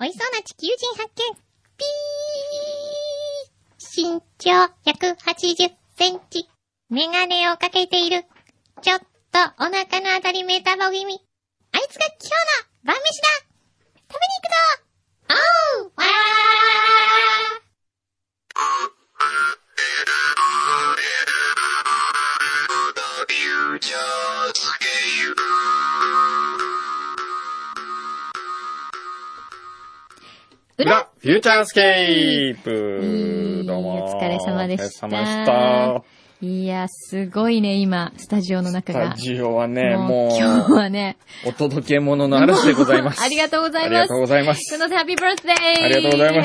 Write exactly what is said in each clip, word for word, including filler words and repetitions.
美味しそうな地球人発見。ピー。身長ひゃくはちじゅっセンチ。メガネをかけている。ちょっとお腹のあたりメタボ気味。あいつが今日の晩飯だ。食べに行くぞ。おうわー。 裏フューチャースケープ。どうも。 お疲れ様でした。 お疲れ様でした。 いや、すごいね、今、スタジオの中が。 スタジオはね、もう、 今日はね、 お届け物の嵐でございます。 ありがとうございます。 ありがとうございます。 くのさん、ハッピーバースデー。 ありがとうございます。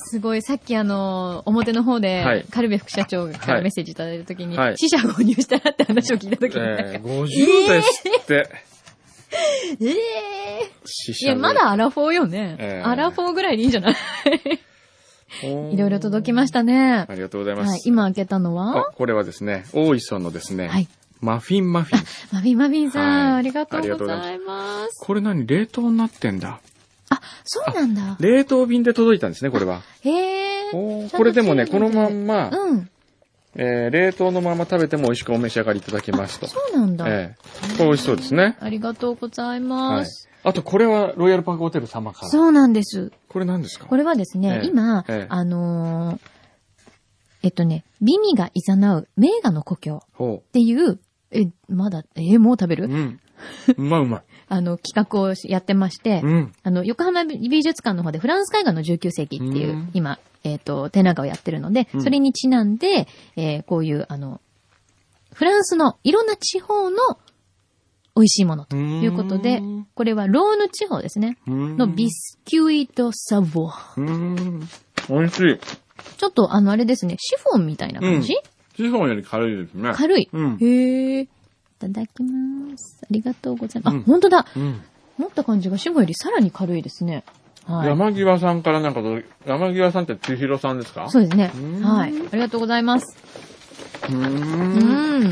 すごい、さっきあの、表の方で、はい、カルベ副社長からメッセージいただいたときに、はい、死者購入したらって話を聞いたときに、 えー、ごじゅうですって。 ええー。いや、まだアラフォーよね。えー、アラフォーぐらいでいいんじゃないいろいろ届きましたね。 ありがとうございます。はい、 今開けたのはこれはですね、大磯のですね、はい、マフィンマフィン。 マフィンマフィンさん、はい、ありがとうございます。 これ何冷凍になってんだ。 あ、そうなんだ。 冷凍便で届いたんですね、これは。 へー。これでもね、このまんま、 うん。 えー、冷凍のまま食べても美味しくお召し上がりいただけますと。 そうなんだ。 えー、これ美味しそうですね。 ありがとうございます。 はい、あと、これはロイヤルパークホテル様から。 そうなんです。 これ何ですか？ これはですね、えー、今、えー、あのー、えっとね、美味が誘う名画の故郷っていう、え、まだ、えー、もう食べる？ うん。うまいうまい。 あの、企画をやってまして、うん、あの、横浜美術館の方でフランス絵画のじゅうきゅう世紀っていう、うん、今、えっと、展覧会をやってるので、うん、それにちなんで、えー、こういう、あの、フランスのいろんな地方の美味しいものということで、これはローヌ地方ですね。のビスキュイトサヴォー。 美味しい。 ちょっとあのあれですね、シフォンみたいな感じ、うん、 シフォンより軽いですね。 軽い。 うん、 へえ。いただきます。ありがとうございます。うん、あ、ほんとだ、うん。持った感じがシフォンよりさらに軽いですね。はい、山際さんからなんか、山際さんって千尋さんですか？ そうですね。はい。ありがとうございます。 うーん。うん。 うん。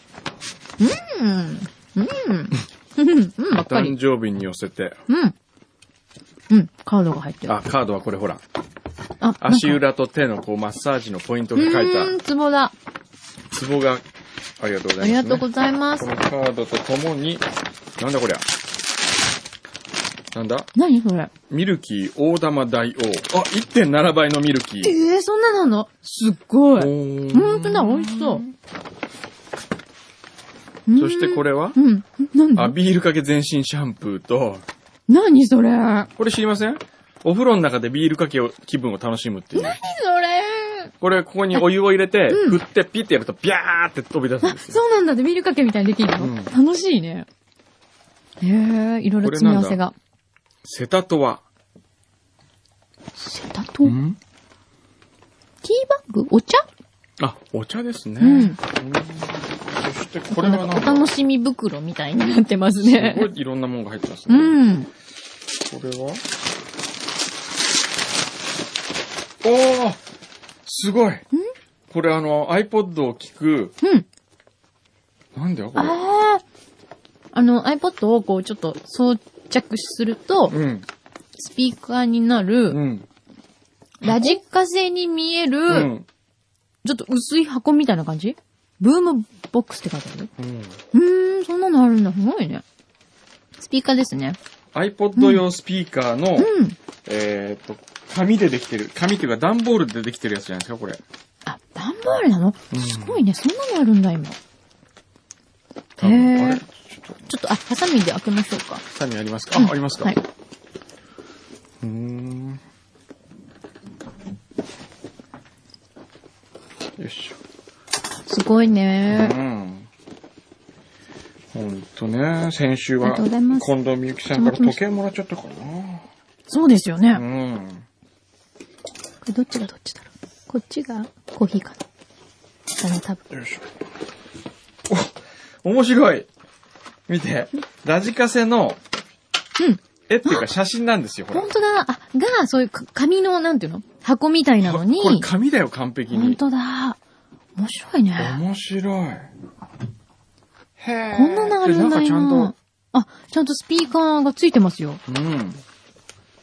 うん。うん。うん。ばっかり。 誕生日に寄せて。 うん。うん。カードが入ってる。 あ、カードはこれほら。 あ、 足裏と手のこうマッサージのポイントが書いた。 うん、ツボだ。 ツボが、ありがとうございます、ね。 ありがとうございます。 このカードとともに、なんだこりゃ。なんだ何それ？ ミルキー大玉大王。あ、いってんなな 倍のミルキー。 ええー、そんななの？すっごい。ほんとだ、美味しそう。 そしてこれはうん。なんだ？ あ、ビールかけ全身シャンプーと。 何それ？ これ知りません？お風呂の中でビールかけを気分を楽しむっていう。 何それ？ これ、ここにお湯を入れて、振ってピッてやるとビャーって飛び出すんですよ。 あ、そうなんだ。で、ビールかけみたいにできるの、うん、楽しいね。へえ、いろいろ詰め合わせが。 セタトワ。 セタトワ？ティーバッグ？お茶？ あ、お茶ですね。 うん。うん、 そしてこれはなんかお楽しみ袋みたいになってますね。 すごいいろんなものが入ってますね。 うん。 これはおーすごい。これあの iPod を聞く。 うん。 なんだよこれ。 ああ。あの iPod をこうちょっと装着すると、うん、スピーカーになる、うん、ラジカセに見える、うん、ちょっと薄い箱みたいな感じ？ブームボックスって書いてある？うん。うーん、そんなのあるんだ。すごいね。スピーカーですね。 iPod 用スピーカーの、うん、えっと、紙でできてる、紙っていうか段ボールでできてるやつじゃないですか、これ。 あ、段ボールなの？うん、すごいね。そんなのあるんだ、今。へえ。あれちょっと、あ、ハサミで開けましょうか。 ハサミありますか？あ、うん、ありますか？ はい。 うーん。よいしょ。 すごいね。 うん。ほんとね、先週は、近藤美幸さんから時計もらっちゃったからな。 そうですよね。 うん。 これどっちがどっちだろう。こっちがコーヒーかな。だね、多分。 よいしょ。お、面白い。見て。ラジカセの、 うん。 絵っていうか写真なんですよ、これ。 ほんとだ。あ、が、そういう紙の、なんていうの？箱みたいなのに。 これ紙だよ、完璧に。 ほんとだ。面白いね。 面白い。へぇー。 こんなのあるんだ、 なんかちゃんと。 あ、ちゃんとスピーカーがついてますよ。 うん。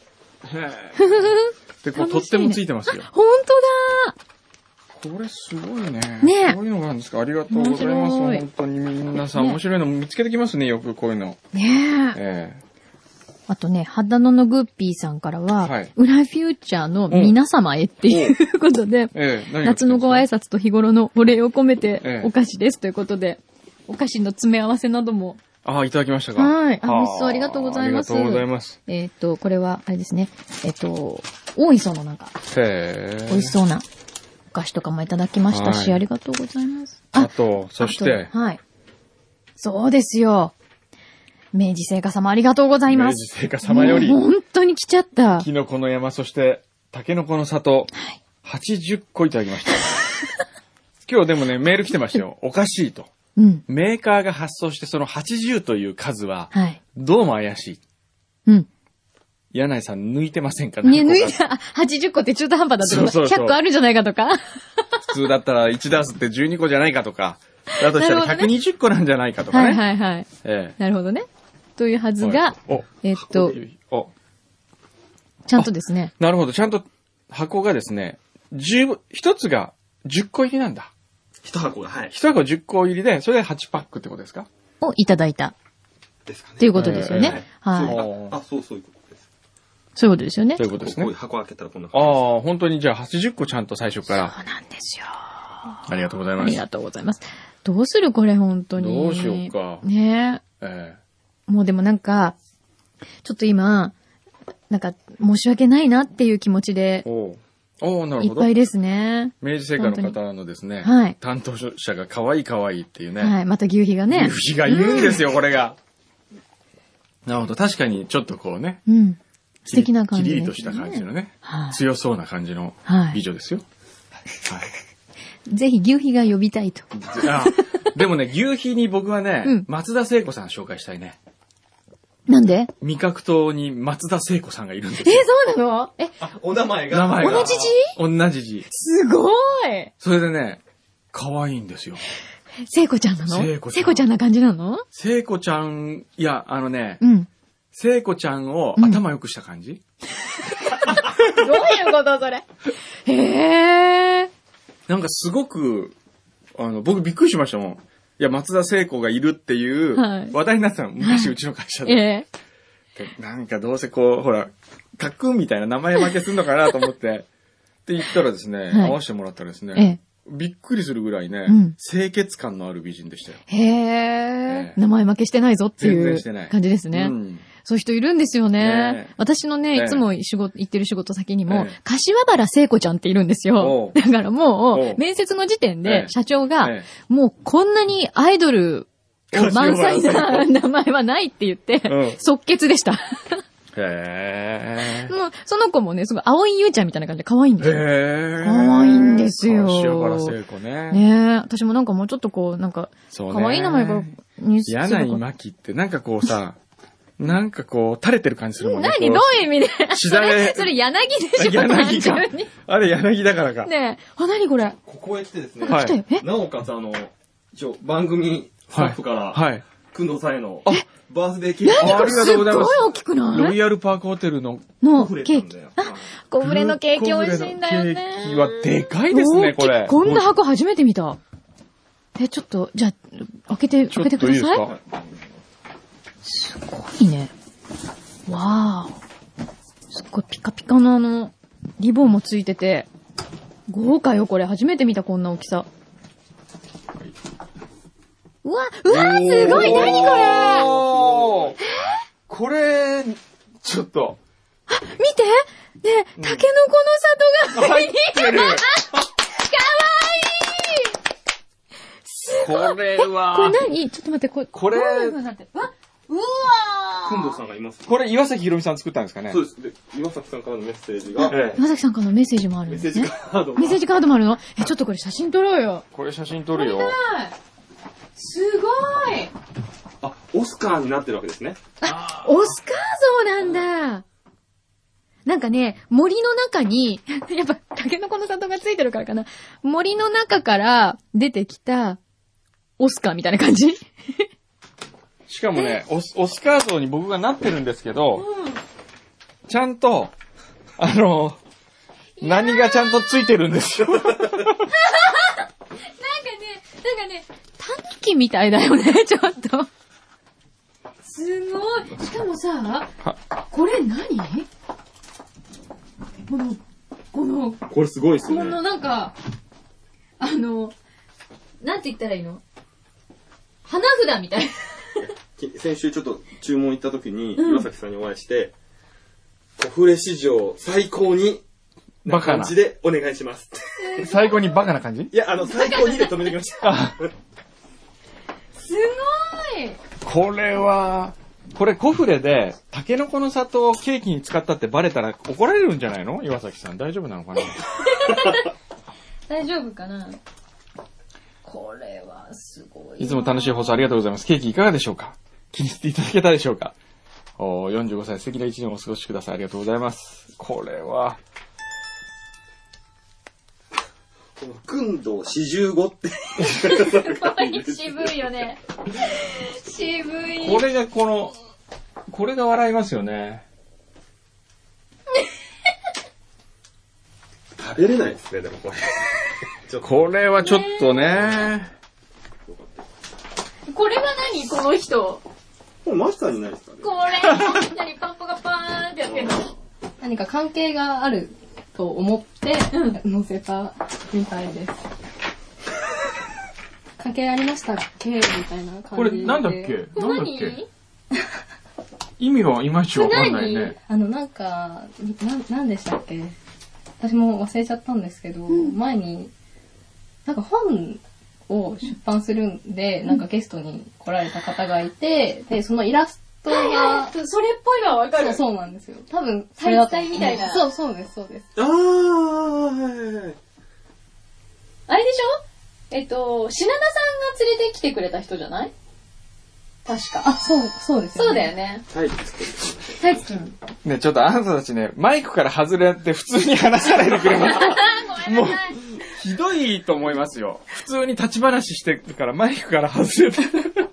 で、こう、とってもついてますよ。 ほんとだ。 これすごいね。 ねこういうのがあるんですか。ありがとうございます。本当に皆さん面白いの見つけてきますね、よくこういうの。 ねええ。 あとね、肌野のグッピーさんからは、 はい、 ウラフューチャーの皆様へっていうことで、 ええ、 夏のご挨拶と日頃のお礼を込めてお菓子ですということで、お菓子の詰め合わせなども。 ああ、いただきましたか。 はい。あ、美味しそう。ありがとうございます。 ありがとうございます。 えっと、これは、あれですね。えっと、大磯のなんか、 へえ。 美味しそうなお菓子とかもいただきましたし、はい、ありがとうございます。 あと、そして、 はい。そうですよ。明治製菓様ありがとうございます。 明治製菓様より。 本当に来ちゃった。 キノコの山、そして、タケノコの里、はい、はちじゅっこいただきました。今日でもね、メール来てましたよ。おかしいと。 うん、 メーカーが発送してそのはちじゅうという数は、 はい、 どうも怪しい。 うん。 柳井さん抜いてませんかね、抜いた、はちじゅっこって中途半端だってことそうそうそうひゃっこあるんじゃないかとか。 普通だったらいちダースってじゅうにこじゃないかとか。だとしたらひゃくにじゅっこなんじゃないかとかね。 はいはいはい。ええ、なるほどね。というはずが、えっと、ちゃんとですね。 なるほど。ちゃんと箱がですね、じゅう、一つがじゅっこ入りなんだ。 一箱が、はい。 一箱じゅっこ入りで、それではちパックってことですかをいただいた。 ですかね。 っていうことですよね。はい。 あ、そうそういうことです。 そういうことですよね。 そういうことですね。 こういう箱開けたらこんな感じ。 ああ、本当にじゃあはちじゅっこちゃんと最初から。 そうなんですよ。 ありがとうございます。 ありがとうございます。どうするこれ本当に。 どうしようか。 ねえ。ええ。もうでもなんか、ちょっと今、なんか申し訳ないなっていう気持ちで。 おおなるほど。 いっぱいですね。 明治製菓の方のですね、 はい、 担当者が可愛い可愛いっていうね。 はい、また牛皮がね。 牛皮がいるんですよ、これが。なるほど、確かにちょっとこうね。 うん。素敵な感じ、 ね。キリリとした感じのね。はい、強そうな感じの美女ですよ。 はい。はい、ぜひ牛皮が呼びたいと。 あでもね、牛皮に僕はね、うん、松田聖子さん紹介したいね。 なんで味覚糖に松田聖子さんがいるんですよ。 え、そうなのえ、 あ、お名前が。 名前が。 同じ字同じ字。 すごいそれでね、可愛いんですよ。 聖子ちゃんなの聖子ちゃん。聖子ちゃんな感じなの聖子ちゃん、いや、あのね、 うん。 聖子ちゃんを頭良くした感じ、うん、 どういうことそれ。へー。 なんかすごく、あの、僕びっくりしましたもん。いや、松田聖子がいるっていう話題になってたの。昔うちの会社で。 ええ、なんかどうせこう、ほら、かっくんみたいな名前負けするのかなと思って。って言ったらですね、はい、会わせてもらったらですね、ええ、びっくりするぐらいね、うん、清潔感のある美人でしたよ。 へー、えー。名前負けしてないぞっていう感じですね。うん、そういう人いるんですよね。ね私のね、いつも仕事、行ってる仕事先にも、ええ、柏原聖子ちゃんっているんですよ。だからもう、面接の時点で社長が、ええ、もうこんなにアイドルを満載な名前はないって言って、うん、即決でした。 へー。 もう、その子もね、すごい、青いゆうちゃんみたいな感じで可愛いんですよ。 へー。 可愛いんですよ。 柏原聖子ね。 ねえ。私もなんかもうちょっとこう、なんか、可愛い名前が、 柳井真紀ってなんかこうさ、なんかこう、垂れてる感じするもんね。 何どういう意味でしだれ。 それ柳でしょ柳か。あれ柳だからか。 ねえ。あ、何これここへ来てですね。 来て、えなおかつあの、一応番組スタッフから、 はい。 くんどうさんへの、バースデーケーキ。 何これすっごい大きくないロイヤルパークホテルの、 のケーキ。あ、コフレのケーキ美味しいんだよね。 ケーキはでかいですね、これ。 こんな箱初めて見た。え、ちょっと、じゃあ、開けて、開けてください。いいですか？すごいね。わー。すっごいピカピカのあの、リボンもついてて、豪華よ、これ。初めて見た、こんな大きさ。うわ、うわ、すごい、何これおーこれ、ちょっと。 あ、見てね、タケノコの里が入ってる。かわいいこれは。 これ何ちょっと待って、これ。 これ。 うわ、うわくんどうさんがいます。 これ岩崎宏美さん作ったんですかね。 そうです。で、岩崎さんからのメッセージが。 ええ、岩崎さんからのメッセージもあるんですね。 メッセージカードも。 メッセージカードもあるのえ、ちょっとこれ写真撮ろうよ。 これ写真撮るよ。 すごいあ、オスカーになってるわけですね。 あ、オスカー像なんだ。なんかね、森の中に、やっぱ、タケノコの里がついてるからかな。森の中から出てきた、オスカーみたいな感じしかもね、オス、オスカー像に僕がなってるんですけど、うん、ちゃんと、 あの、何がちゃんとついてるんですよ。なんかね、なんかね、タヌキみたいだよね、ちょっと。すごい。しかもさ、これ何この、この、 これすごいっすね。 このなんか、あの、なんて言ったらいいの？花札みたいな。 先週ちょっと注文行った時に、うん、岩崎さんにお会いして、コフレ史上最高に、バカな感じでお願いします。 最高にバカな感じ？ いや、あの、最高にで止めてきました。 すごい！ これは、これコフレで、タケノコの里をケーキに使ったってバレたら怒られるんじゃないの？岩崎さん。大丈夫なのかな？ 大丈夫かな？これはすごい。 いつも楽しい放送ありがとうございます。ケーキいかがでしょうか？気に入っていただけたでしょうか？およんじゅうごさい素敵な一年をお過ごしください。ありがとうございます。これは、 この、くんどう四十五って。 すごい渋いよね。渋い。 これがこの、これが笑いますよね。 食べれないですね、でもこれ。 これはちょっとね。 これは何この人。 これマスターにないですかね。 これ、何パンパがパーンってやってんの？ 何か関係があると思って載せたみたいです。関係ありましたっけみたいな感じで。 これなんだっけなんだっけ意味はいまいちわかんないね。 あの、なんか、な、なんでしたっけ私も忘れちゃったんですけど、うん、前に、なんか本を出版するんで、うん、なんかゲストに来られた方がいて、で、そのイラストが、 それっぽいのはわかる。 そう、そうなんですよ。多分、 それだと。みたいな。 そう、そうです、そうです。 あー、 あれでしょ？えっと、品田さんが連れてきてくれた人じゃない？確か。 あ、そう、そうですよね。そうだよね。 タイツくん。 タイツくん。 ね、ちょっとあなたたちね、マイクから外れて普通に話さないでくれますか？もう、ひどいと思いますよ。普通に立ち話してるからマイクから外れて。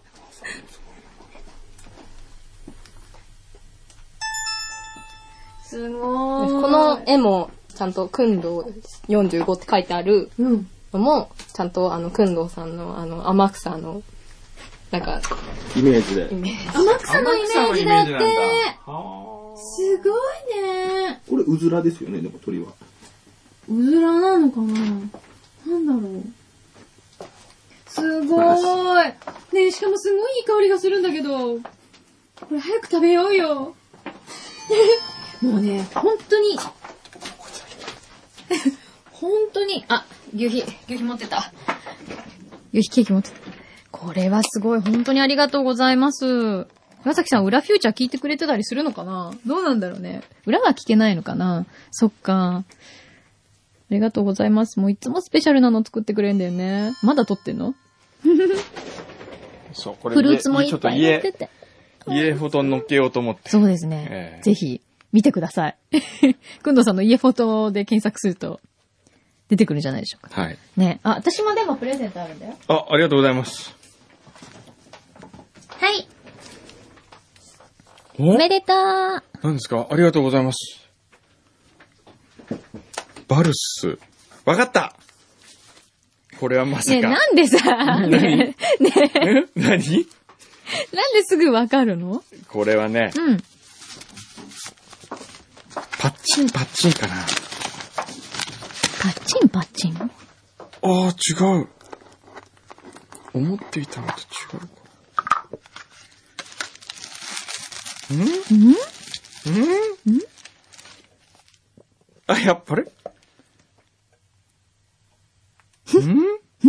すごーい。 この絵も、ちゃんと、くんどうよんじゅうごって書いてあるのも、ちゃんと、あの、くんどうさんの、あの、天草の、なんか、 イメージで。 イメージ。天草のイメージだって。すごいね。 これ、うずらですよね、でも鳥は。 うずらなのかな？なんだろう。すごーい。ねえ、しかもすごいいい香りがするんだけど、これ早く食べようよ。もうね、本当に、本当に、あ、牛皮、牛皮持ってた。牛皮ケーキ持ってた。これはすごい、本当にありがとうございます。岩崎さん、裏フューチャー聞いてくれてたりするのかな？どうなんだろうね。裏は聞けないのかな？そっか。ありがとうございます。もういつもスペシャルなの作ってくれるんだよね。まだ撮ってんの？ そう、これフルーツもいっぱい乗ってて。 家フォトに乗っけようと思って。 そうですね。えー、ぜひ、見てください。くんどさんの家フォトで検索すると、出てくるんじゃないでしょうか。 はい。 ね。あ、私もでもプレゼントあるんだよ。 あ、ありがとうございます。 はい。おめでとう。 何ですか？ありがとうございます。バルス。わかった！これはまさか。 ねえ、なんでさ、 何？ ねえ。ねえ。 何？なんですぐわかるの？ これはね。 うん。 パッチンパッチンかな。 パッチンパッチン？ああ、違う。思っていたのと違うか。ん？ん？ん？ん？あ、やっぱり？ん？ん？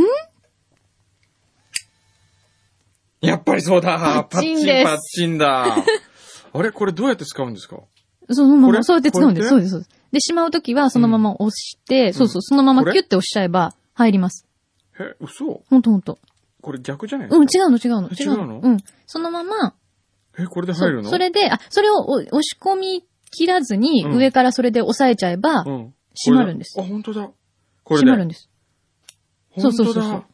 やっぱりそうだ。 パッチンです。 パッチンだ。あれこれどうやって使うんですか？ そのまま、そうやって使うんです。そうです、そうです。で、しまうときはそのまま押して、うん、そうそう、そのままキュッて押しちゃえば入ります。 え、嘘？ ほんとほんと。 これ逆じゃないですか？ うん、違うの違うの。 違うの？ うん。そのまま。 え、これで入るの？ そ, それで、あ、それを押し込み切らずに、うん、上からそれで押さえちゃえば、うん、閉まるんです。 あ、ほんとだ。これで。閉まるんです。 そうそうそうそう。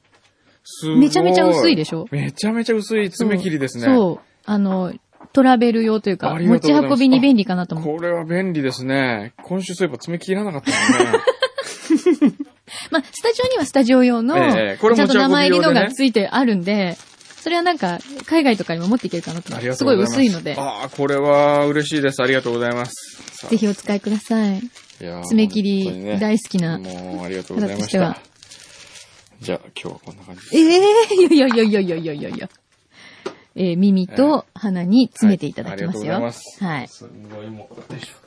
すごい。 めちゃめちゃ薄いでしょ？ めちゃめちゃ薄い爪切りですね。 そう。そうあの、 トラベル用というか、持ち運びに便利かなと思う。 これは便利ですね。今週そういえば爪切らなかったもんね。 まあ、スタジオにはスタジオ用の、えー、これちゃんと名前入りのがついてあるんで、それはなんか、海外とかにも持っていけるかなと思って。すごい薄いので。 ああ、これは嬉しいです。ありがとうございます。 ぜひお使いください。いや爪切り大好きな。 もう、ありがとうございました。じゃあ、今日はこんな感じです。 ええー、いやいやいやいやいやいやいや。えー、耳と鼻に詰めていただきますよ。はい、ありがとうございます。はい。すごいもう、でしょ。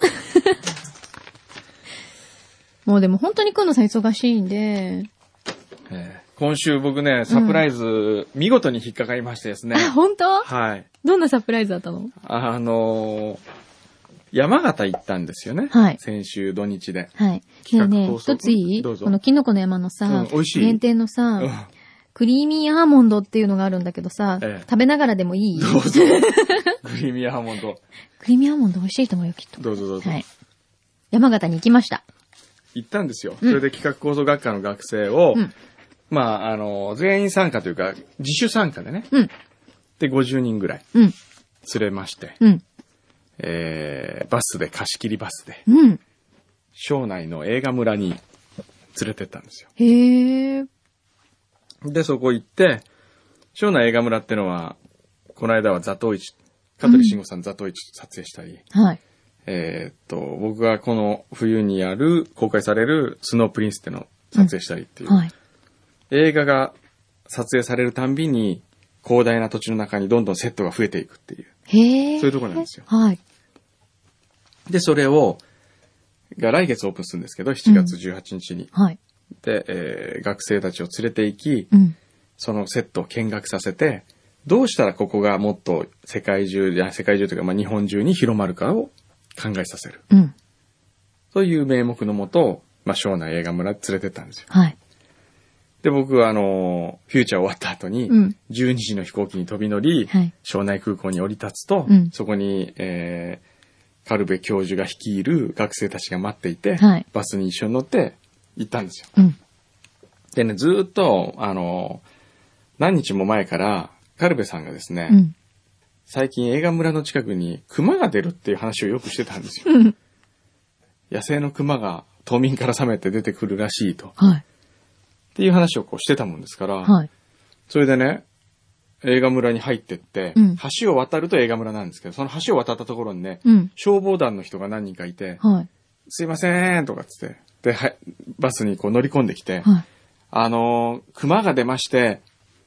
もうでも本当にくんのさん忙しいんで。 えー、今週僕ね、サプライズ、うん、見事に引っかかりましてですね。 あ、本当？ はい。 どんなサプライズだったの？ あのー、山形行ったんですよね。 はい。 先週土日で。 はい。ねえねえ、一ついい？どうぞ。このキノコの山のさ、うん、美味しい限定のさ、うん、クリーミーアーモンドっていうのがあるんだけどさ、ええ、食べながらでもいい？ どうぞ。クリーミーアーモンド。 クリーミーアーモンド美味しいと思うよ、きっと。 どうぞどうぞ。はい。 山形に行きました。 行ったんですよ。うん、それで企画構造学科の学生を、うん、まあ、あの、全員参加というか、自主参加でね。うん、で、ごじゅうにんぐらい。連れまして。うん、えー、バスで、貸し切りバスで。うん、庄内の映画村に連れてったんですよ。 へー。 で、そこ行って、庄内映画村ってのは、この間はザトウイチ、香取慎吾さんザトウイチ撮影したり。はい。えー、っと、僕がこの冬にやる、公開されるスノープリンスってのを撮影したりっていう。うん、はい。映画が撮影されるたんびに、広大な土地の中にどんどんセットが増えていくっていう。 へー。 そういうところなんですよ。 はい。 で、それを、が来月オープンするんですけど、しちがつじゅうはちにちに。うん、はい。で、えー、学生たちを連れて行き、うん、そのセットを見学させて、どうしたらここがもっと世界中、いや世界中というか、まあ、日本中に広まるかを考えさせる。うん。という名目のもと、まあ、庄内映画村に連れてったんですよ。はい。で、僕はあの、フューチャー終わった後に、うん、じゅうにじの飛行機に飛び乗り、はい、庄内空港に降り立つと、うん、そこに、えー、軽部教授が率いる学生たちが待っていて、はい、バスに一緒に乗って行ったんですよ。うん、でね、ずーっと、あの、何日も前から、軽部さんがですね、うん、最近映画村の近くに熊が出るっていう話をよくしてたんですよ。うん、野生の熊が冬眠から覚めて出てくるらしいと。はい、っていう話をこうしてたもんですから、はい、それでね、映画村に入ってって、うん、橋を渡ると映画村なんですけど、その橋を渡ったところにね、うん、消防団の人が何人かいて、はい、すいませんとかっつって、で、はい、バスにこう乗り込んできて、はい、あのー、熊が出まして、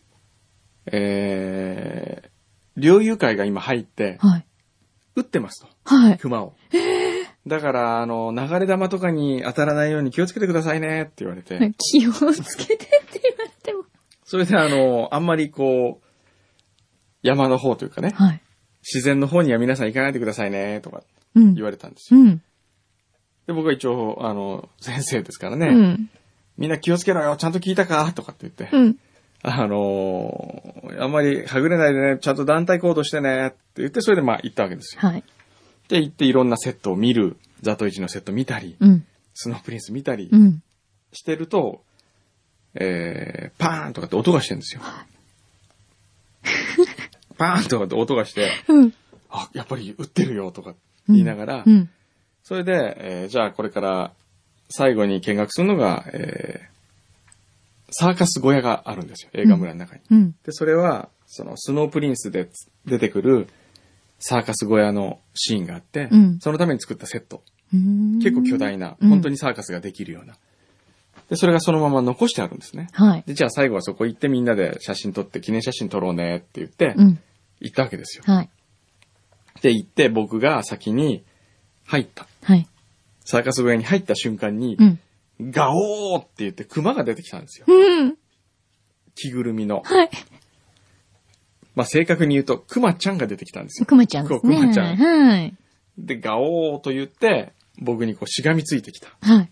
えー、猟友会が今入って、はい、撃ってますと。はい。熊を。えー、だから、あの、流れ弾とかに当たらないように気をつけてくださいねって言われて。 気をつけてって言われても。 それで、あの、あんまりこう、山の方というかね、はい、自然の方には皆さん行かないでくださいねとか言われたんですよ。うん、で、僕は一応、あの、先生ですからね、うん、みんな気をつけろよ、ちゃんと聞いたかとかって言って。うん、あのー、あんまりはぐれないでね、ちゃんと団体行動してねって言って、それでまあ行ったわけですよ。はい。で、行っていろんなセットを見る、ザトイチのセット見たり、うん、スノープリンス見たりしてると、うん、えー、パーンとかって音がしてるんですよ。パーンとかって音がして、うん、あ、やっぱり撃ってるよとか言いながら、うんうん、それで、えー、じゃあこれから最後に見学するのが、えーサーカス小屋があるんですよ、映画村の中に。うん、で、それは、その、スノープリンスで出てくるサーカス小屋のシーンがあって、うん、そのために作ったセット。結構巨大な、本当にサーカスができるような。で、それがそのまま残してあるんですね。はい、で、じゃあ最後はそこ行ってみんなで写真撮って、記念写真撮ろうねって言って、うん、行ったわけですよ。はい、で、行って僕が先に入った。はい、サーカス小屋に入った瞬間に、うん、ガオーって言って熊が出てきたんですよ。うん。着ぐるみの。はい。まあ、正確に言うと、熊ちゃんが出てきたんですよ。 熊ちゃんですね。 熊ちゃん。 はい。 で、ガオーと言って、僕にこうしがみついてきた。はい。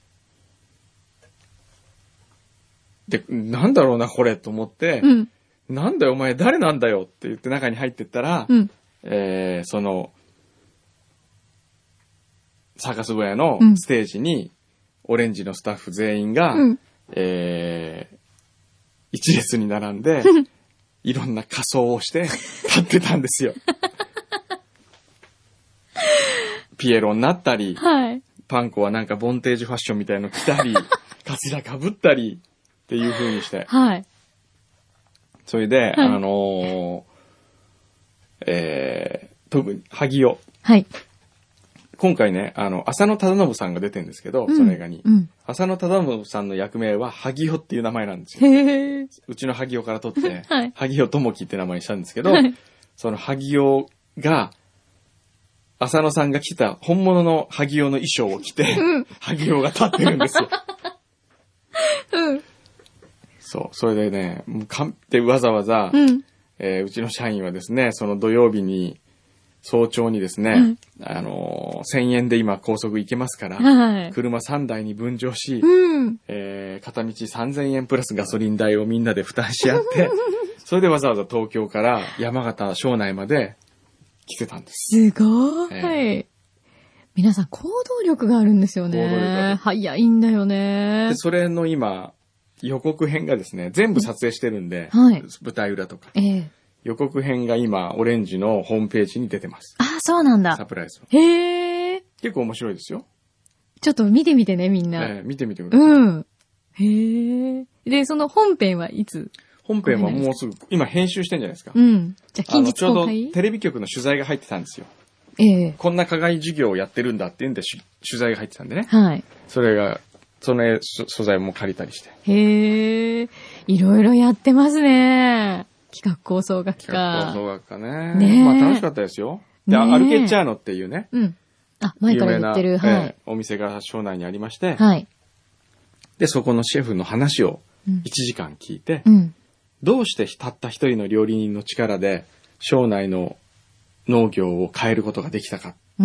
で、なんだろうな、これ、と思って、うん。なんだよ、お前誰なんだよって言って中に入ってったら、うん。えー、その、サーカス小屋のステージに、うんオレンジのスタッフ全員が、うん、えー、一列に並んで、いろんな仮装をして立ってたんですよ。 ピエロになったり、 はい。 パンコはなんかボンテージファッションみたいの着たり、カツラかぶったりっていう風にして。 はい。 それで、はい、あのー、えー、特に萩尾。 はい。 今回ね、あの、浅野忠信さんが出てるんですけど、うん、その映画に。うん、浅野忠信さんの役名は萩尾っていう名前なんですよ。へー。うちの萩尾から取って、はい、萩尾智樹って名前にしたんですけど、はい、その萩尾が、浅野さんが着た本物の萩尾の衣装を着て、うん、萩尾が立ってるんですよ。うん。そう。それでね、もうかんってわざわざ、うんえー、うちの社員はですね、その土曜日に、早朝にですね、うん、あのー、せんえんで今高速行けますから、はい、車さんだいに分乗し、うんえー、片道さんぜんえんプラスガソリン代をみんなで負担し合って、それでわざわざ東京から山形庄内まで来てたんです。 すごい。えー、皆さん行動力があるんですよね。行動力がある。早いんだよね。 で、それの今、予告編がですね、全部撮影してるんで、はい、舞台裏とか。えー予告編が今、オレンジのホームページに出てます。 あ、そうなんだ。 サプライズ。 へー。 結構面白いですよ。 ちょっと見てみてね、みんな。 えー、見てみてください。 うん。へー。で、その本編はいつ本編はもうすぐ、今編集してんじゃないですか。 うん。じゃあ近日公開？ ちょうどテレビ局の取材が入ってたんですよ。ええー。こんな課外授業をやってるんだっていうんで、取材が入ってたんでね。はい。それが、その素材も借りたりして。 へー。いろいろやってますね。企画構想学科。 企画構想学科ね。ねまあ楽しかったですよ。で、アルケッチャーノっていうね。うん。 あ、前から言ってる、はい、えー。お店が庄内にありまして。はい。で、そこのシェフの話をいちじかん聞いて、うん、どうしてたった一人の料理人の力で庄内の農業を変えることができたか。うん。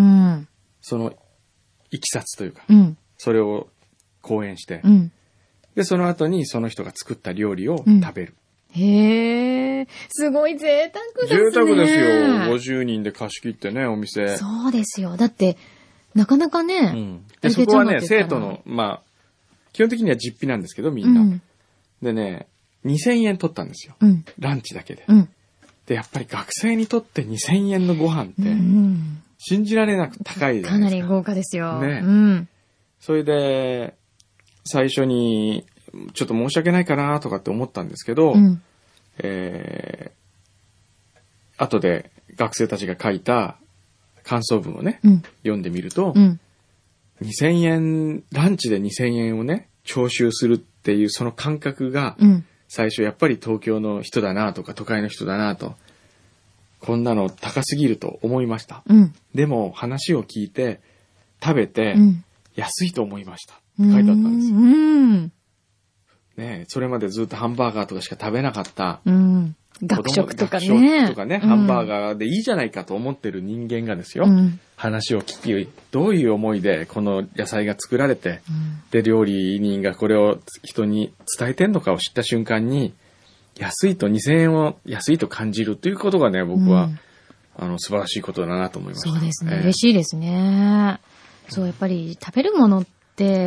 そのいきさつというか、うん、それを講演して、うん、で、その後にその人が作った料理を食べる。 うん、へえ、すごい贅沢ですね。 贅沢ですよ。ごじゅうにんで貸し切ってね、お店。 そうですよ。だって、なかなかね。うん、 でそこはね、生徒の、まあ、基本的には実費なんですけど、みんな。うん、でね、にせんえん取ったんですよ。うん、ランチだけで、うん。で、やっぱり学生にとってにせんえんのご飯って、信じられなく高いじゃないですか。 かなり豪華ですよ。 ね。うん、それで、最初に、ちょっと申し訳ないかなとかって思ったんですけど、うん、えー、後で学生たちが書いた感想文をね、うん、読んでみると、うん、にせんえん、ランチでにせんえんをね、徴収するっていうその感覚が、うん、最初やっぱり東京の人だなとか都会の人だなと、こんなの高すぎると思いました。うん、でも話を聞いて、食べて、安いと思いました。書いてあったんですよ。うんね、それまでずっとハンバーガーとかしか食べなかった。うん、 学食とかね。 学食とかね、うん、ハンバーガーでいいじゃないかと思ってる人間がですよ。うん、話を聞き、どういう思いでこの野菜が作られて、うん、で、料理人がこれを人に伝えてんのかを知った瞬間に、安いとにせんえんを安いと感じるということがね、僕は、うん、あの、素晴らしいことだなと思いました。 そうですね。えー、嬉しいですね。そう、やっぱり食べるものって、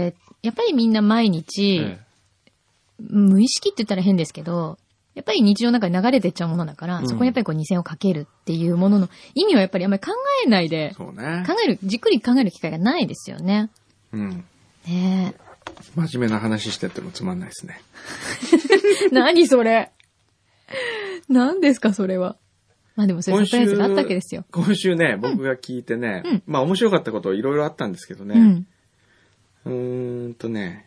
やっぱりみんな毎日、えー無意識って言ったら変ですけど、やっぱり日常の中に流れてっちゃうものだから、うん、そこにやっぱりこうにせんをかけるっていうものの意味はやっぱりあんまり考えないで、そうね、考える、じっくり考える機会がないですよね。うん。ねえ。 真面目な話しててもつまんないですね。 何それ。何ですかそれは。まあでもそういうサプライズがあったわけですよ。 今週ね、僕が聞いてね、うん、まあ面白かったこといろいろあったんですけどね、うん、うーんとね、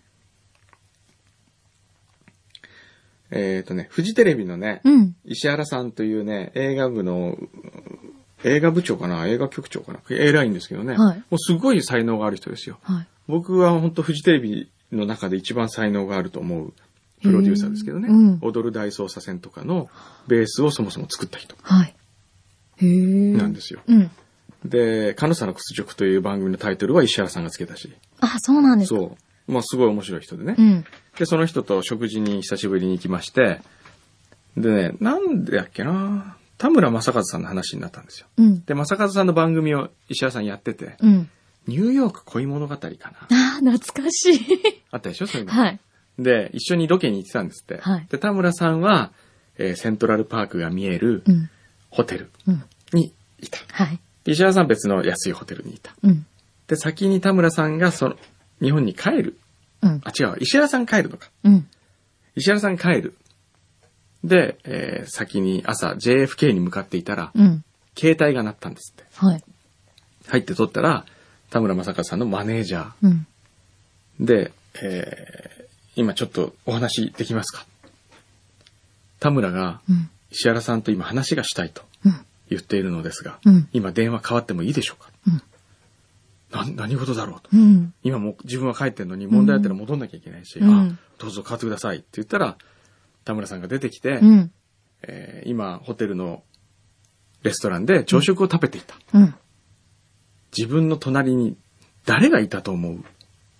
えっとね、フジテレビのね、うん、石原さんというね、映画部の、映画部長かな、映画局長かな、偉いんですけどね、はい、もうすごい才能がある人ですよ。はい、僕は本当フジテレビの中で一番才能があると思うプロデューサーですけどね、うん、踊る大捜査線とかのベースをそもそも作った人。はい。へー。なんですよ。うん、で、カノサの屈辱という番組のタイトルは石原さんがつけたし。 あ、そうなんですか。 そう。まあすごい面白い人でね。うん、で、その人と食事に久しぶりに行きまして、でね、なんでだっけな、田村正和さんの話になったんですよ。うん、で、正和さんの番組を石原さんやってて、うん、ニューヨーク恋物語かな。 ああ、懐かしい。 あったでしょそういうの。はい。で、一緒にロケに行ってたんですって。はい、で、田村さんは、えー、セントラルパークが見えるホテルにいた。うん、はい。 石原さん別の安いホテルにいた。 うん、 で、先に田村さんがその、日本に帰る。うん、あ、違う。石原さん帰るのか。うん、石原さん帰る。で、えー、先に朝 ジェイエフケー に向かっていたら、うん、携帯が鳴ったんですって。はい。入って取ったら、田村正和さんのマネージャー。うん、で、えー、今ちょっとお話できますか？田村が、石原さんと今話がしたいと言っているのですが、うん、今電話変わってもいいでしょうか？うん、な何事だろうと、うん。今もう自分は帰ってるのに問題あったら戻んなきゃいけないし、うん、あ、どうぞ変わってくださいって言ったら、田村さんが出てきて、うん、えー、今ホテルのレストランで朝食を食べていた。うん、自分の隣に誰がいたと思う、うん、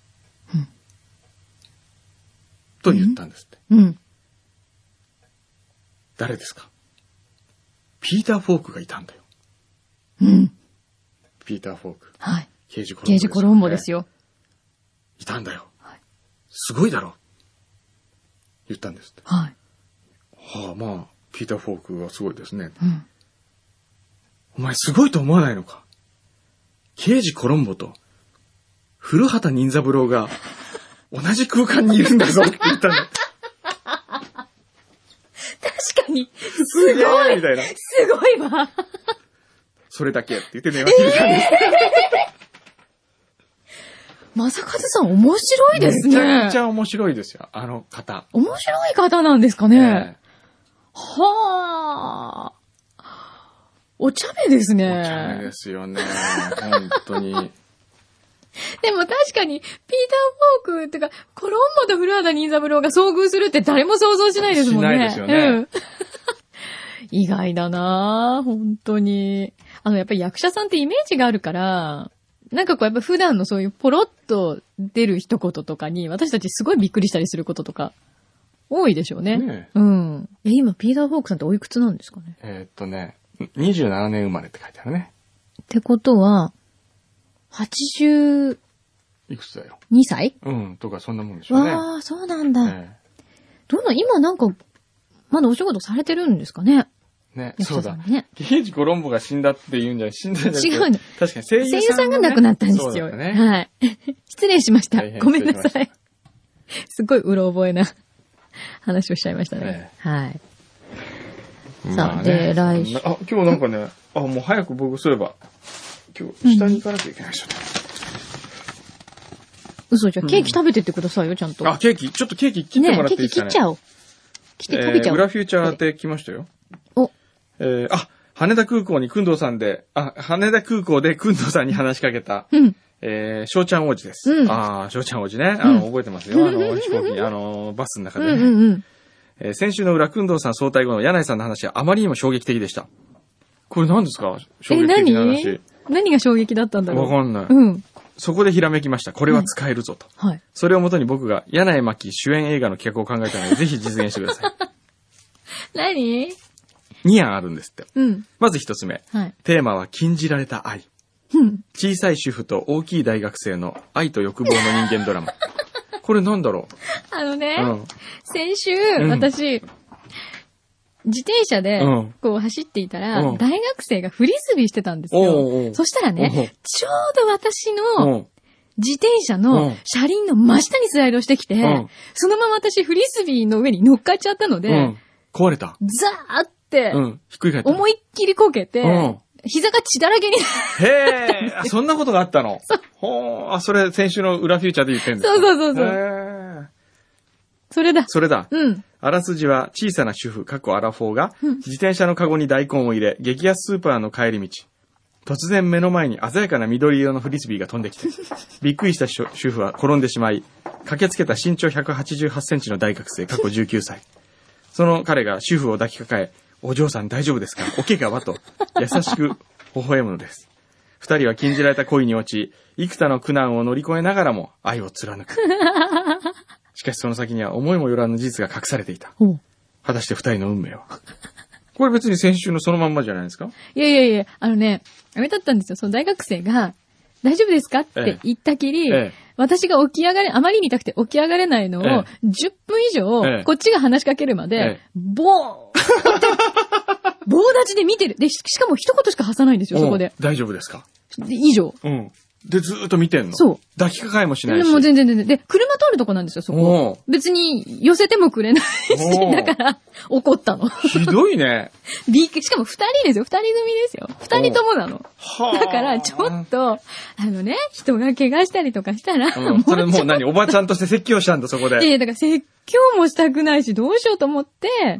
と言ったんですって。うん、誰ですか？ピーター・フォークがいたんだよ。うん。ピーター・フォーク。はい。刑事コロンボですよ、ね。刑事コロンボですよ。いたんだよ。はい。すごいだろ。言ったんですって。はい。はあ、まあ、ピーター・フォークはすごいですね。うん。お前すごいと思わないのか？刑事コロンボと古畑任三郎が同じ空間にいるんだぞって言ったんだ。 確かに。すごいみたいな。すごいわ。 それだけって言って電話切れたんです。 正和さん面白いですね。 めちゃくちゃ面白いですよ、あの方。 面白い方なんですかね。えー、はあ。お茶目ですね。 お茶目ですよね。本当に。 でも確かに、ピーター・フォークってか、コロンボと古畑任三郎が遭遇するって誰も想像しないですもんね。しないですよね。うん、意外だなぁ、本当に。あの、やっぱり役者さんってイメージがあるから、なんかこうやっぱ普段のそういうポロッと出る一言とかに、私たちすごいびっくりしたりすることとか、多いでしょうね。ねえ。うん。え、今、ピーター・フォークさんっておいくつなんですかね？ えー、っとね、にじゅうななねん生まれって書いてあるね。 ってことは、はちじゅういくつだよ。 にさい？ うん、とかそんなもんでしょうね。 ああ、そうなんだ。えー、どんな、今なんか、まだお仕事されてるんですかね？ ね、そうだ。ね。刑事コロンボが死んだって言うんじゃない、死んだんじゃなくて。 違うね。 確かに声優さん、ね、 声優さんが亡くなったんですよ。ね、はい。失礼しました。ごめんなさい。すごいうろ覚えな話をしちゃいましたね。えー、はい。さあ、で、来週。 あ、今日なんかね、あ、もう早く僕そういえば、今日下に行かなきゃいけないでしょ。 うん、嘘じゃ、ケーキ食べてってくださいよ、ちゃんと。 あ、ケーキ、ちょっとケーキ切ってもらっていいですかね。 ね、ケーキ切っちゃおう。切って食べちゃおう。 えー、裏フューチャーで来ましたよ。お。えー、あ、羽田空港に工藤さんで、あ、羽田空港で工藤さんに話しかけた、うん、えー、翔ちゃん王子です。うん、ああ、翔ちゃん王子ね。あの、うん、覚えてますよ。あの、飛行機、あの、バスの中でね。うんうんうん、えー、先週の裏、工藤さん総体後の柳井さんの話はあまりにも衝撃的でした。これ何ですか？衝撃的な話。 え、何？何が衝撃だったんだろう？ わかんない。うん。そこでひらめきました。これは使えるぞと。うん、はい。それをもとに僕が柳井真紀主演映画の企画を考えたので、ぜひ実現してください。 何？ に案あるんですって。うん。まず一つ目。はい。テーマは禁じられた愛。うん。小さい主婦と大きい大学生の愛と欲望の人間ドラマ。これなんだろう？ あのね、うん、先週、うん、私、自転車で、こう走っていたら、うん、大学生がフリスビーしてたんですよ。おうおう、そしたらね、ちょうど私の、自転車の車輪の真下にスライドしてきて、うん、そのまま私フリスビーの上に乗っかっちゃったので、うん、 壊れた。 ザーって、 うん、ひっくり返った。 思いっきりこけて、うん、膝が血だらけになったんです。へえ、そんなことがあったの？そう。ほー、あ、それ先週の裏フューチャーで言ってんだ。 そうそうそうそう。へそれだ。 それだ。うん。あらすじは小さな主婦、過去アラフォーが、自転車のカゴに大根を入れ、激安スーパーの帰り道。突然目の前に鮮やかな緑色のフリスビーが飛んできて、びっくりした主婦は転んでしまい、駆けつけた身長ひゃくはちじゅうはちセンチの大学生、過去じゅうきゅうさい。その彼が主婦を抱きかかえ、お嬢さん大丈夫ですか？お怪我はと、優しく微笑むのです。二人は禁じられた恋に落ち、幾多の苦難を乗り越えながらも愛を貫く。しかしその先には思いもよらぬ事実が隠されていた。果たして二人の運命は。これ別に先週のそのまんまじゃないですか？いやいやいや、あのね、あれだったんですよ。その大学生が、大丈夫ですかって言ったきり、ええ、私が起き上がれ、あまりに痛くて起き上がれないのを、ええ、じゅっぷん以上、ええ、こっちが話しかけるまで、ええ、ボーンって、 棒立ちで見てる。で、しかも一言しか発さないんですよ、そこで。 大丈夫ですか？ 以上。 うん。で、ずーっと見てんの？ そう。 抱きかかえもしないし。 もう全然全然。で、車通るとこなんですよ、そこ。別に寄せてもくれないし、だから、怒ったの。 ひどいね。 びっくり、しかも二人ですよ、二人組ですよ。二人ともなの。だから、ちょっと、あのね、人が怪我したりとかしたら、 うん、それもう何おばちゃんとして説教したんだ、そこで。 いや、だから説教もしたくないし、どうしようと思って、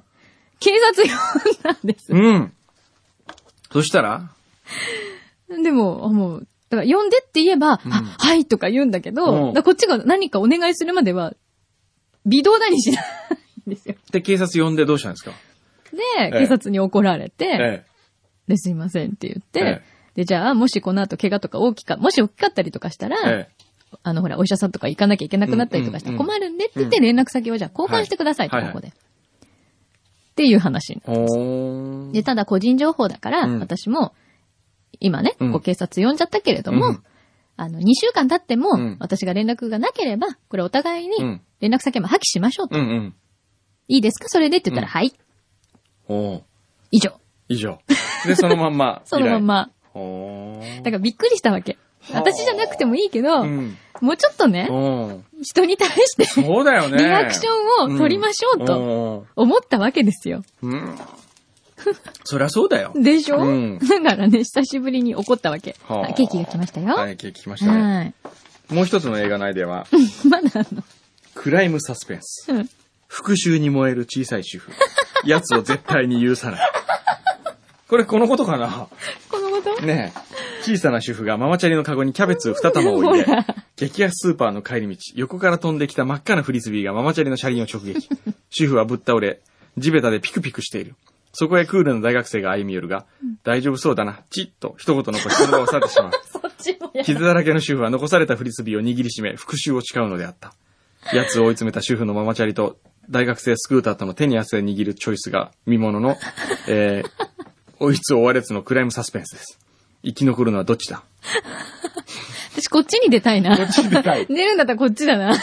警察呼んだんです。 うん。そしたらでも、もう、だから呼んでって言えば、うん、あ、はいとか言うんだけど、うん、だこっちが何かお願いするまでは、微動だにしないんですよ。 で、警察呼んでどうしたんですか？ で、警察に怒られて、ええ、で、すいませんって言って、ええ、で、じゃあ、もしこの後怪我とか大きか、もし大きかったりとかしたら、ええ、あの、ほら、お医者さんとか行かなきゃいけなくなったりとかしたら困るんでって言って連絡先をじゃあ交換してくださいと、ここで。っていう話なんです。で、ただ個人情報だから、うん、私も、今ね、こう警察呼んじゃったけれども、うん、あの、にしゅうかん経っても、うん、私が連絡がなければ、これお互いに連絡先も破棄しましょうと。うんうん、いいですかそれでって言ったら、うん、はい。お以上。 以上。で、そのまんま。 そのまんま。だからびっくりしたわけ。私じゃなくてもいいけど、うん、もうちょっとね、人に対して、 そうだよね。 リアクションを取りましょうと思ったわけですよ。うんそりゃそうだよ。 でしょ、うん、だからね、久しぶりに怒ったわけ。はあ、ケーキが来ましたよ。 はい、ケーキ来ましたね。はい。もう一つの映画のアイデアは、 まだあるの？ クライムサスペンス。うん、復讐に燃える小さい主婦。奴を絶対に許さない。これこのことかな？ このことねえ。小さな主婦がママチャリのカゴにキャベツ二玉を入れ、激安スーパーの帰り道、横から飛んできた真っ赤なフリスビーがママチャリの車輪を直撃。主婦はぶっ倒れ、地べたでピクピクしている。そこへクールな大学生が歩み寄るが、うん、大丈夫そうだな、チッと一言残しその場を去ってしまう。そっちもや傷だらけの主婦は残されたフリスビーを握りしめ、復讐を誓うのであった。奴を追い詰めた主婦のママチャリと大学生スクーターとの手に汗を握るチョイスが見物の、えー、追いつ追われつのクライムサスペンスです。生き残るのはどっちだ？ 私こっちに出たいな。 こっちに出たい。 出るんだったらこっちだな。あ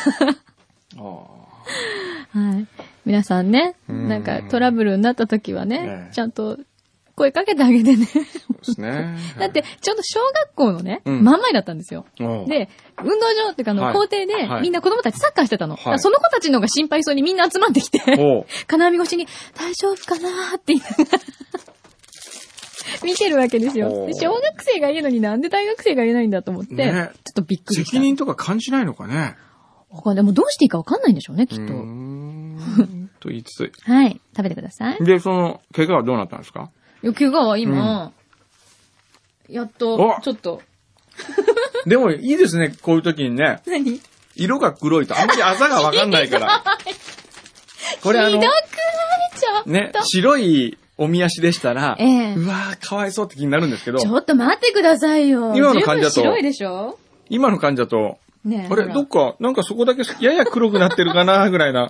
はい。皆さんね、なんかトラブルになった時はね、ねちゃんと声かけてあげてね。そうですね。だって、ちょうど小学校のね、うん、真ん前だったんですよ。で、運動場っていうかあの、はい、校庭で、はい、みんな子供たちサッカーしてたの。はい、その子たちの方が心配そうにみんな集まってきて、金網越しに大丈夫かなーって言いながら見てるわけですよ。で小学生がいるのになんで大学生がいないんだと思って、ね、ちょっとびっくりした。 責任とか感じないのかね。 でもどうしていいかわかんないんでしょうね、きっと。うーんと言いつつ。 はい。食べてください。 で、その、怪我はどうなったんですか？ いや、怪我は今、うん、やっと、ちょっと。 でも、いいですね、こういう時にね。 何？ 色が黒いと、あんまりあざがわかんないから。 これあの、ひどくないちょっと。 ね、白いおみ足でしたら、ええ、うわー、かわいそうって気になるんですけど。 ちょっと待ってくださいよ。 今の患者と。 白いでしょ？ 今の患者と、ね、あれ、どっか、なんかそこだけやや黒くなってるかな、ぐらいな。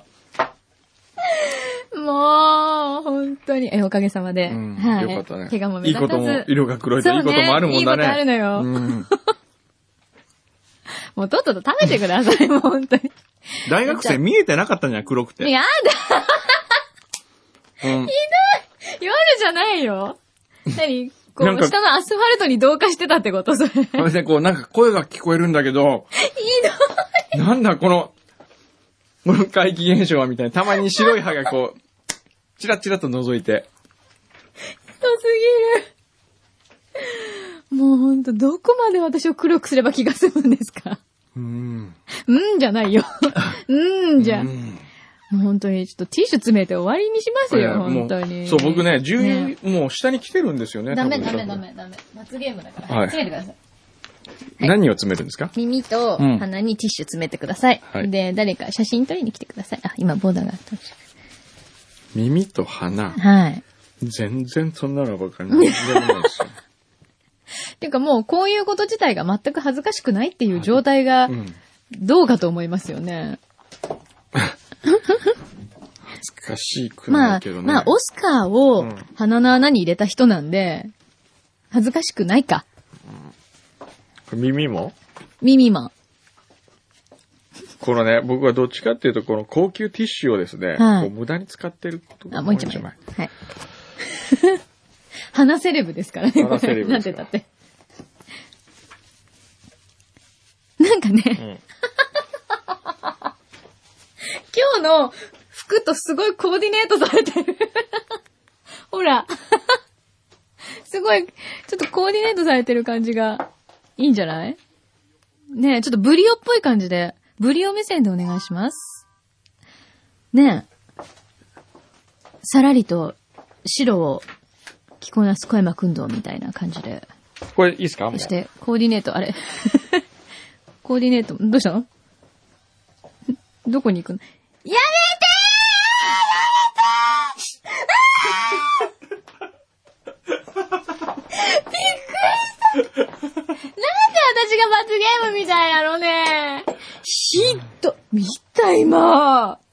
もう、本当に。え、おかげさまで。うん、はい。 よかったね。 怪我も目立たず。 いいことも、色が黒いといいこともあるもんだね。 いいことあるのよ。うん、もうとっとと食べてください、もう本当に。 大学生見えてなかったんじゃん、黒くて。 やだ、うん、ひどい夜じゃないよ。何こう、下のアスファルトに同化してたってことそれ。 ごめんなさい、こう、なんか声が聞こえるんだけど。 ひどい。なんだ、この、この怪奇現象はみたいな。たまに白い歯がこう、チラチラと覗いて。 ひどすぎる。もうほんと、どこまで私を黒くすれば気が済むんですか？うーん。うんじゃないよ。うんじゃ。うんもう本当にちょっとティッシュ詰めて終わりにしますよ、本当に。 そう、僕ね、重油、ね、もう下に来てるんですよね。 ダメダメダメダメ。罰ゲームだから。はい、詰めてください。 はい、何を詰めるんですか？ 耳と鼻にティッシュ詰めてください。うん、で、誰か写真撮りに来てください。あ、今ボーダーが到着。 耳と鼻はい。 全然そんなのばかりないですよ。 っていうかもうこういうこと自体が全く恥ずかしくないっていう状態がどうかと思いますよね。 恥ずかしくないけどね。 まあ、まあ、オスカーを鼻の穴に入れた人なんで、恥ずかしくないか。 うん、耳も耳も。 このね、僕はどっちかっていうと、この高級ティッシュをですね、はい、こう無駄に使ってることが多いんじゃない？ あ、もう一枚。はい。 花セレブですからね。 花セレブ。 なんて言ったって。なんかね、うん、今日の服とすごいコーディネートされてる。ほら。すごい、ちょっとコーディネートされてる感じがいいんじゃない？ねえ、ちょっとブリオっぽい感じで、ブリオ目線でお願いします。ねえ。さらりと白を着こなす小山君堂みたいな感じで。 これいいですか？ そして、コーディネート、あれコーディネート、どうしたの？どこに行くの？やめてーやめてーびっくりした。なんで私が罰ゲームみたいなのね。ひっど、見た今。あ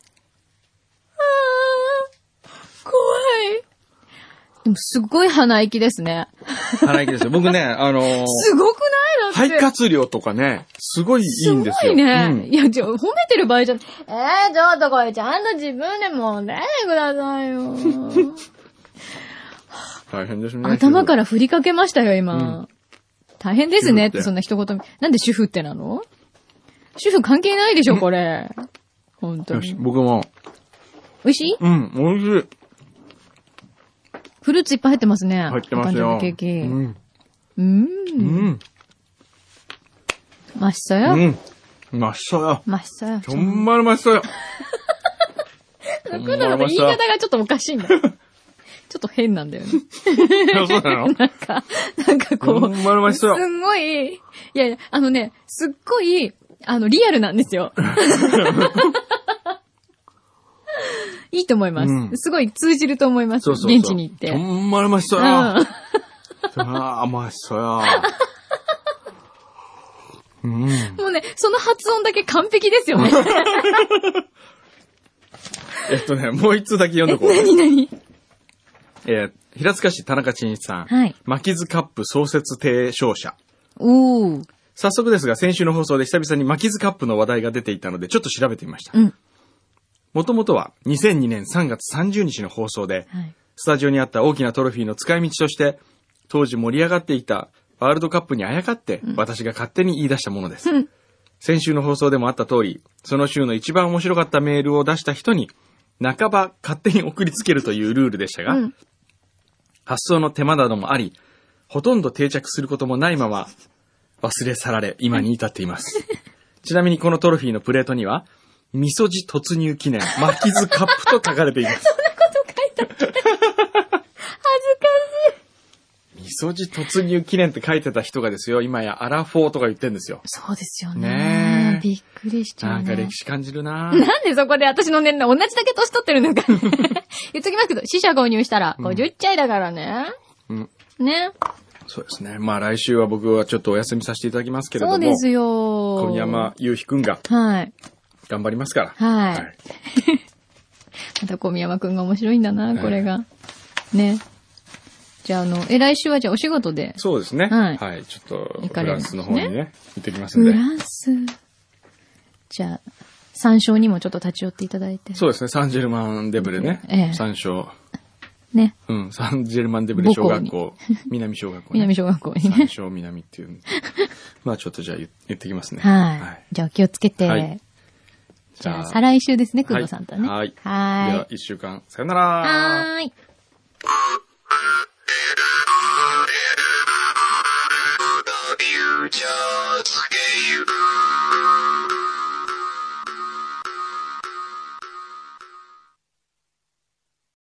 ー、怖い。でもすごい鼻息ですね。 鼻息ですよ。僕ね、あのー、 すごくないのって。 肺活量とかね、すごいいいんですよ。 すごいね。うん、いや、じゃ褒めてる場合じゃ、えー、ちょっとこれちゃんと自分でも出てくださいよ。 大変ですね。 頭から振りかけましたよ、今。うん、大変ですねって、そんな一言。なんで主婦ってなの？主婦関係ないでしょ、これ。本当に。よし、 僕も。 美味しい？ うん、美味しい。 フルーツいっぱい入ってますね。 入ってますよ。 ケーキ。うん。 うん。うん。 まっそよ。 うん。まっそよ。 まっそよ。 ほんまにまっそよ。 くのの言い方がちょっとおかしいんだよ。ちょっと変なんだよね。 そうなの？ なんか、なんかこう。 ほんまにまっそよ。 すんごい、いやいや、あのね、すっごい、あの、リアルなんですよ。いいと思います、うん。すごい通じると思います。そうそうそう、現地に行って。 ほんまにまっそよ。うん、ああ、まっそよ。うん、もうね、その発音だけ完璧ですよね。 えっとね、もう一通だけ読んどこう。 何何えー、平塚市田中真一さん。 はい。 巻き津カップ創設提唱者。 おー。 早速ですが、先週の放送で久々に巻き津カップの話題が出ていたので、ちょっと調べてみました。うん。もともとはにせんにねんさんがつさんじゅうにちの放送で、はい、スタジオにあった大きなトロフィーの使い道として、当時盛り上がっていたワールドカップにあやかって、うん、私が勝手に言い出したものです、うん。先週の放送でもあった通り、その週の一番面白かったメールを出した人に、半ば勝手に送りつけるというルールでしたが、うん、発送の手間などもあり、ほとんど定着することもないまま、忘れ去られ、今に至っています。ちなみにこのトロフィーのプレートには、みそじ突入記念、巻き津カップと書かれています。 そんなこと書いたっけ？恥ずかしい。みそじ突入記念って書いてた人がですよ、今やアラフォーとか言ってるんですよ。 そうですよね。ねびっくりしちゃう、ね。 なんか歴史感じるな。 なんでそこで私の年齢、同じだけ年取ってるのか。言っときますけど、死者購入したらごじゅっちゃいだからね。うん。ね。 そうですね。まあ来週は僕はちょっとお休みさせていただきますけれども。 そうですよ。 小山雄飛くんが。 はい。 頑張りますから。 はい。はい、また小宮山くんが面白いんだな、これが。はい、ね。じゃあ、あの、え、来週はじゃあお仕事で。 そうですね。はい。はい。ちょっと、フランスの方にね、行ってきますんで。 フランス。じゃあ、参照にもちょっと立ち寄っていただいて。 そうですね。サンジェルマンデブレね。ええ。参照。 ね。 うん。サンジェルマンデブレ小学校。南小学校、 ね。南小学校にね。 参照南っていう。まあちょっとじゃあ言ってきますね。 はい。はい、じゃあ気をつけて。はい、じゃあ、再来週ですね、くんどさんとね。 はい。 はい。 では、一週間、さよなら。 はーい。Just gave